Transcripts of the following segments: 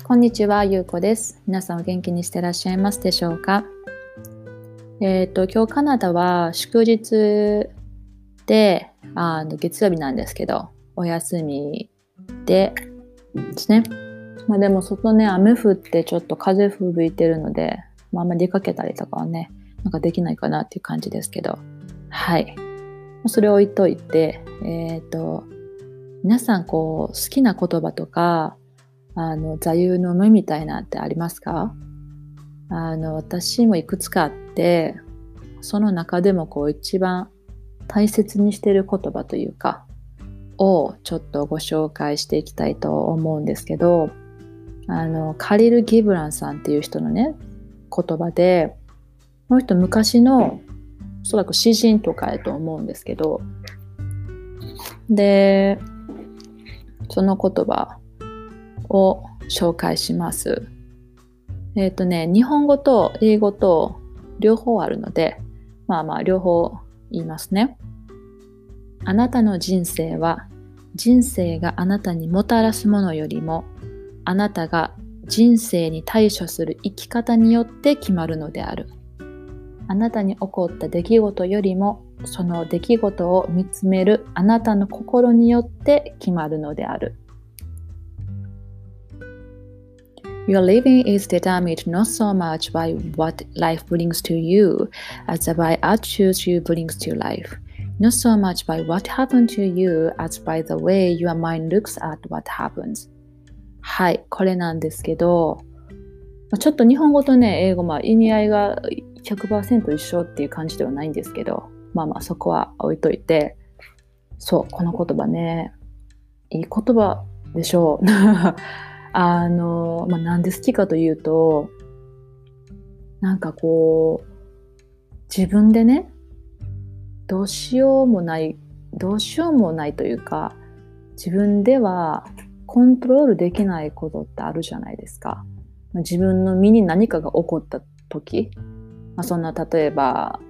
こんにちは、ゆうこです。皆さんお元気にしてらっしゃいますでしょうか？今日カナダは祝日で、月曜日なんですけど、お休みですね。でも外ね、雨降ってちょっと風吹いてるので、あんまり出かけたりとかはね、できないかなっていう感じですけど、はい。それを置いといて、皆さん好きな言葉とか、座右の銘みたいなってありますか？私もいくつかあって、その中でも一番大切にしている言葉というかをちょっとご紹介していきたいと思うんですけど、カリル・ギブランさんっていう人のね言葉で、この人昔のおそらく詩人とかやと思うんですけど、でその言葉を紹介します。日本語と英語と両方あるので、両方言いますね。あなたの人生は人生があなたにもたらすものよりも、あなたが人生に対処する生き方によって決まるのである。あなたに起こった出来事よりも、その出来事を見つめるあなたの心によって決まるのである。Your living is determined not so much by what life brings to you as by attitudes you brings to life. Not so much by what happened to you as by the way your mind looks at what happens. はい、これなんですけど、ちょっと日本語とね、英語、意味合いが 100% 一緒っていう感じではないんですけど、そこは置いといて、そう、この言葉ね、いい言葉でしょう。なんで好きかというと、自分でね、どうしようもないというか、自分ではコントロールできないことってあるじゃないですか。自分の身に何かが起こった時、そんな例えば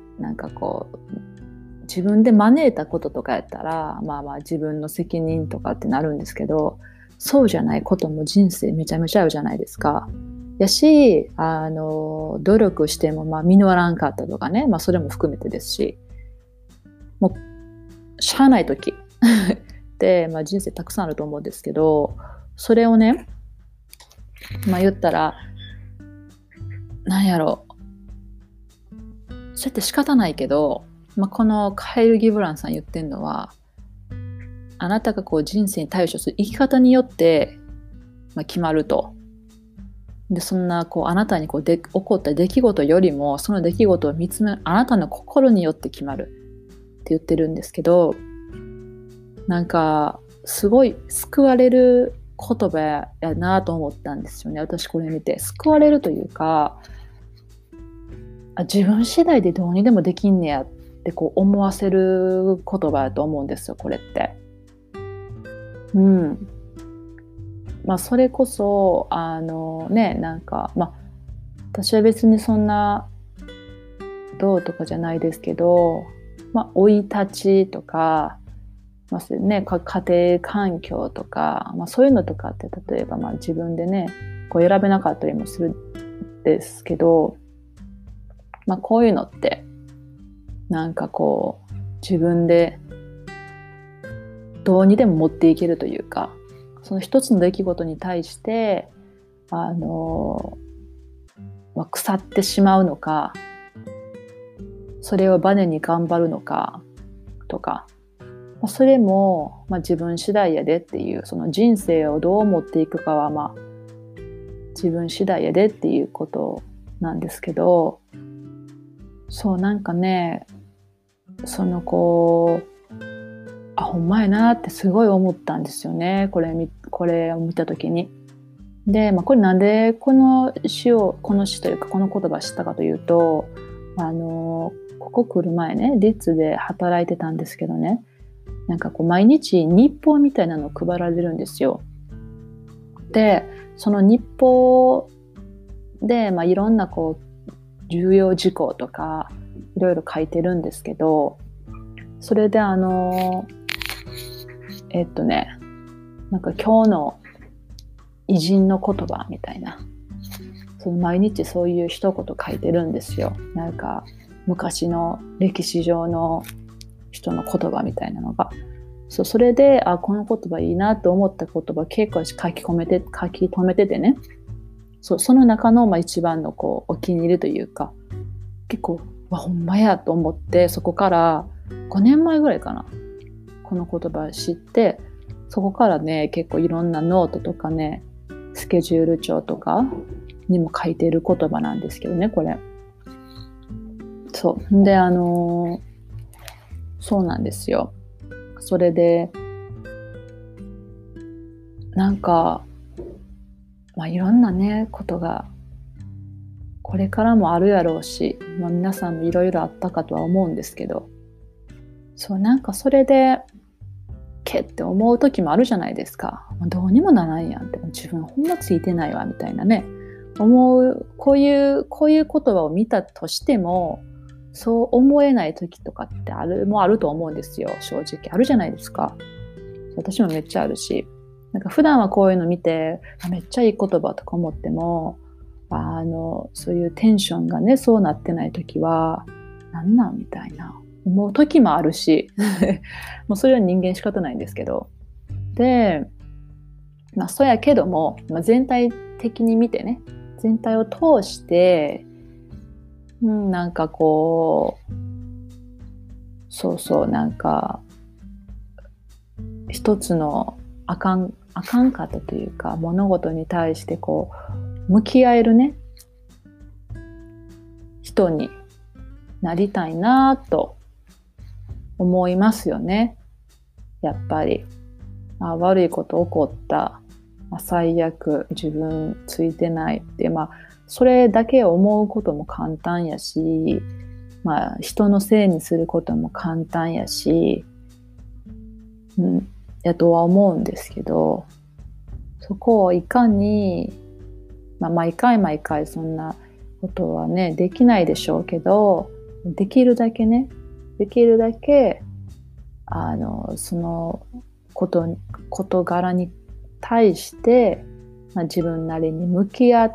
自分で招いたこととかやったら、自分の責任とかってなるんですけど、そうじゃないことも人生めちゃめちゃあるじゃないですか。やし、努力しても実らんかったとかね、それも含めてですし、もうしゃあない時で、人生たくさんあると思うんですけど、それをね、言ったらなんやろ、そうやって仕方ないけど、このカイル・ギブランさん言ってんのは、あなたが人生に対処する生き方によって、決まると。で、そんなあなたに起こった出来事よりも、その出来事を見つめるあなたの心によって決まるって言ってるんですけど、すごい救われる言葉やなと思ったんですよね。私これ見て救われるというか、自分次第でどうにでもできんねやって思わせる言葉だと思うんですよ、これって。それこそ私は別にそんなどうとかじゃないですけど、生い立ちとか、家庭環境とか、そういうのとかって例えば自分でね選べなかったりもするんですけど、こういうのって自分でどうにでも持っていけるというか、その一つの出来事に対して腐ってしまうのか、それをバネに頑張るのかとか、それも自分次第やでっていう、その人生をどう持っていくかは自分次第やでっていうことなんですけど、そうほんまやなってすごい思ったんですよね。これを見た時に。で、これなんでこの詩というかこの言葉を知ったかというと、ここ来る前ね、リッツで働いてたんですけどね、毎日日報みたいなのを配られるんですよ。で、その日報で、いろんな重要事項とかいろいろ書いてるんですけど、それで今日の偉人の言葉みたいな、その毎日そういう一言書いてるんですよ。なんか昔の歴史上の人の言葉みたいなのが、それでこの言葉いいなと思った言葉結構書き留めててね、その中の一番のお気に入りというか、結構ほんまやと思って、そこから5年前ぐらいかな、この言葉を知って、そこからね結構いろんなノートとかね、スケジュール帳とかにも書いている言葉なんですけどね、これ。そうでそうなんですよ。それでなんかいろんなねことがこれからもあるやろうし、皆さんもいろいろあったかとは思うんですけど、なんかそれでけって思う時もあるじゃないですか。どうにもならんやんって、自分ほんまついてないわみたいなね、思う、こういう言葉を見たとしてもそう思えない時とかってあると思うんですよ。正直あるじゃないですか。私もめっちゃあるし、なんか普段はこういうの見てめっちゃいい言葉とか思っても、そういうテンションがねそうなってない時はなんなんみたいな思う時もあるしもうそれは人間仕方ないんですけど、でそうやけども、全体的に見てね、全体を通してなんかなんか一つのあかんかったというか、物事に対して向き合えるね人になりたいなと思いますよね。やっぱり悪いこと起こった、最悪自分ついてないって、それだけ思うことも簡単やし、人のせいにすることも簡単やし、やとは思うんですけど、そこをいかに、毎回そんなことはねできないでしょうけど、できるだけその事柄に対して、自分なりに向き合って、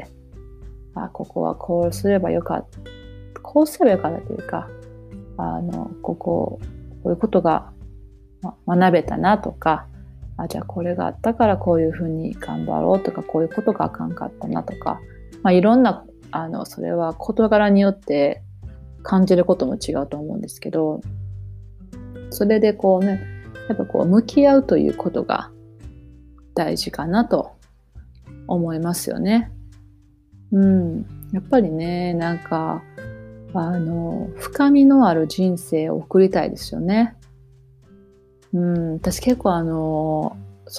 ここはこうすればよかったというか、こういうことが学べたなとか、じゃあこれがあったからこういうふうに頑張ろうとか、こういうことがあかんかったなとか、いろんなそれは事柄によって感じることも違うと思うんですけど、それでやっぱ向き合うということが大事かなと思いますよね。やっぱりね、なんか深みのある人生を送りたいですよね。私結構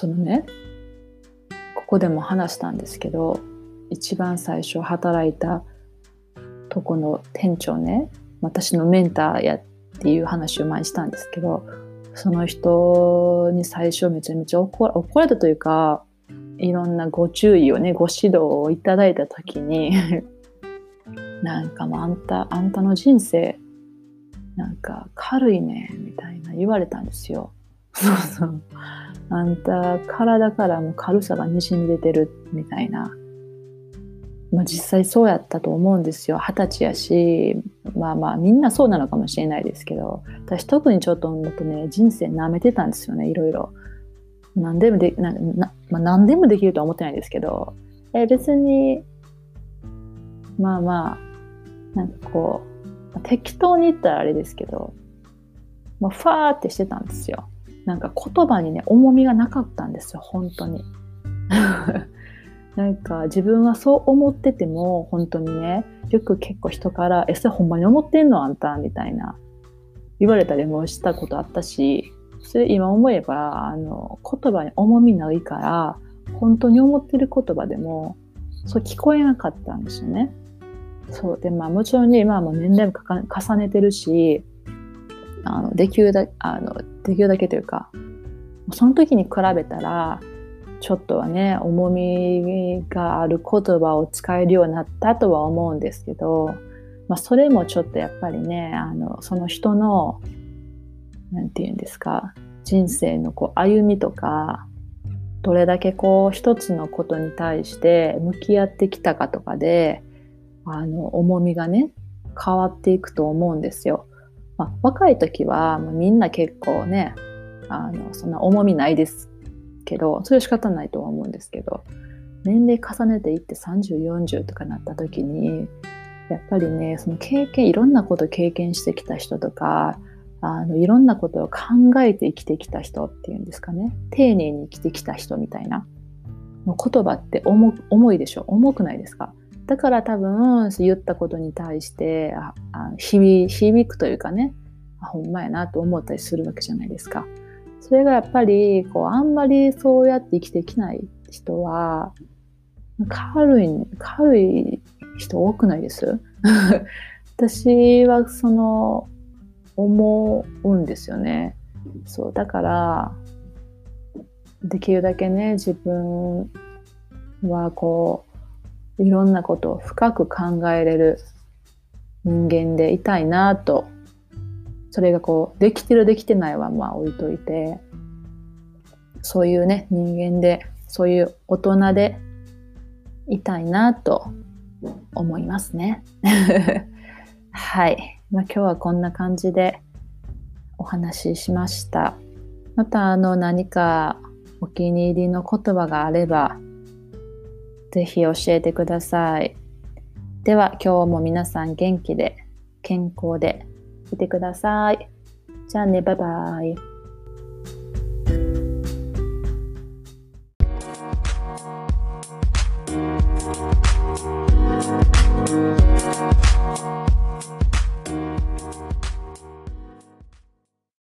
ここでも話したんですけど、一番最初働いたとこの店長ね、私のメンターやっていう話を前にしたんですけど、その人に最初めちゃめちゃ怒られたというか、いろんなご注意をね、ご指導をいただいた時になんかあんたの人生なんか軽いねみたいな言われたんですよ。あんた体からも軽さがにじみ出てるみたいな。実際そうやったと思うんですよ。20歳やし、みんなそうなのかもしれないですけど、私特にちょっともっとね、人生舐めてたんですよね、いろいろ。何でもできるとは思ってないですけど、別になんか適当に言ったらあれですけど、ファーってしてたんですよ。なんか言葉にね重みがなかったんですよ、本当に。なんか自分はそう思ってても、本当にね、よく結構人からそれほんまに思ってんのあんたみたいな言われたりもしたことあったし、それ今思えば言葉に重みないから、本当に思ってる言葉でもそう聞こえなかったんですよね。そうで、もちろんね、今はもう年齢も重ねてるし、できるだけというか、その時に比べたらちょっとはね重みがある言葉を使えるようになったとは思うんですけど、それもちょっとやっぱりね、その人のなんていうんですか、人生の歩みとかどれだけこう一つのことに対して向き合ってきたかとかで重みがね変わっていくと思うんですよ。若い時はみんな結構ねそんな重みないですけど、それは仕方ないとは思うんですけど、年齢重ねていって30、40とかなった時にやっぱりねそのいろんなことを経験してきた人とかいろんなことを考えて生きてきた人っていうんですかね、丁寧に生きてきた人みたいなの言葉って重いでしょ、重くないですか。だから多分言ったことに対して響くというかね、ほんまやなと思ったりするわけじゃないですか。それがやっぱりあんまりそうやって生きてきない人は軽い人多くないです私は思うんですよね。そうだからできるだけね自分はいろんなことを深く考えれる人間でいたいなと。それができてるできてないは置いといて、そういうね人間でそういう大人でいたいなと思いますねはい、今日はこんな感じでお話ししました。また何かお気に入りの言葉があればぜひ教えてください。では今日も皆さん元気で健康でいてください。じゃあね、バイバイ。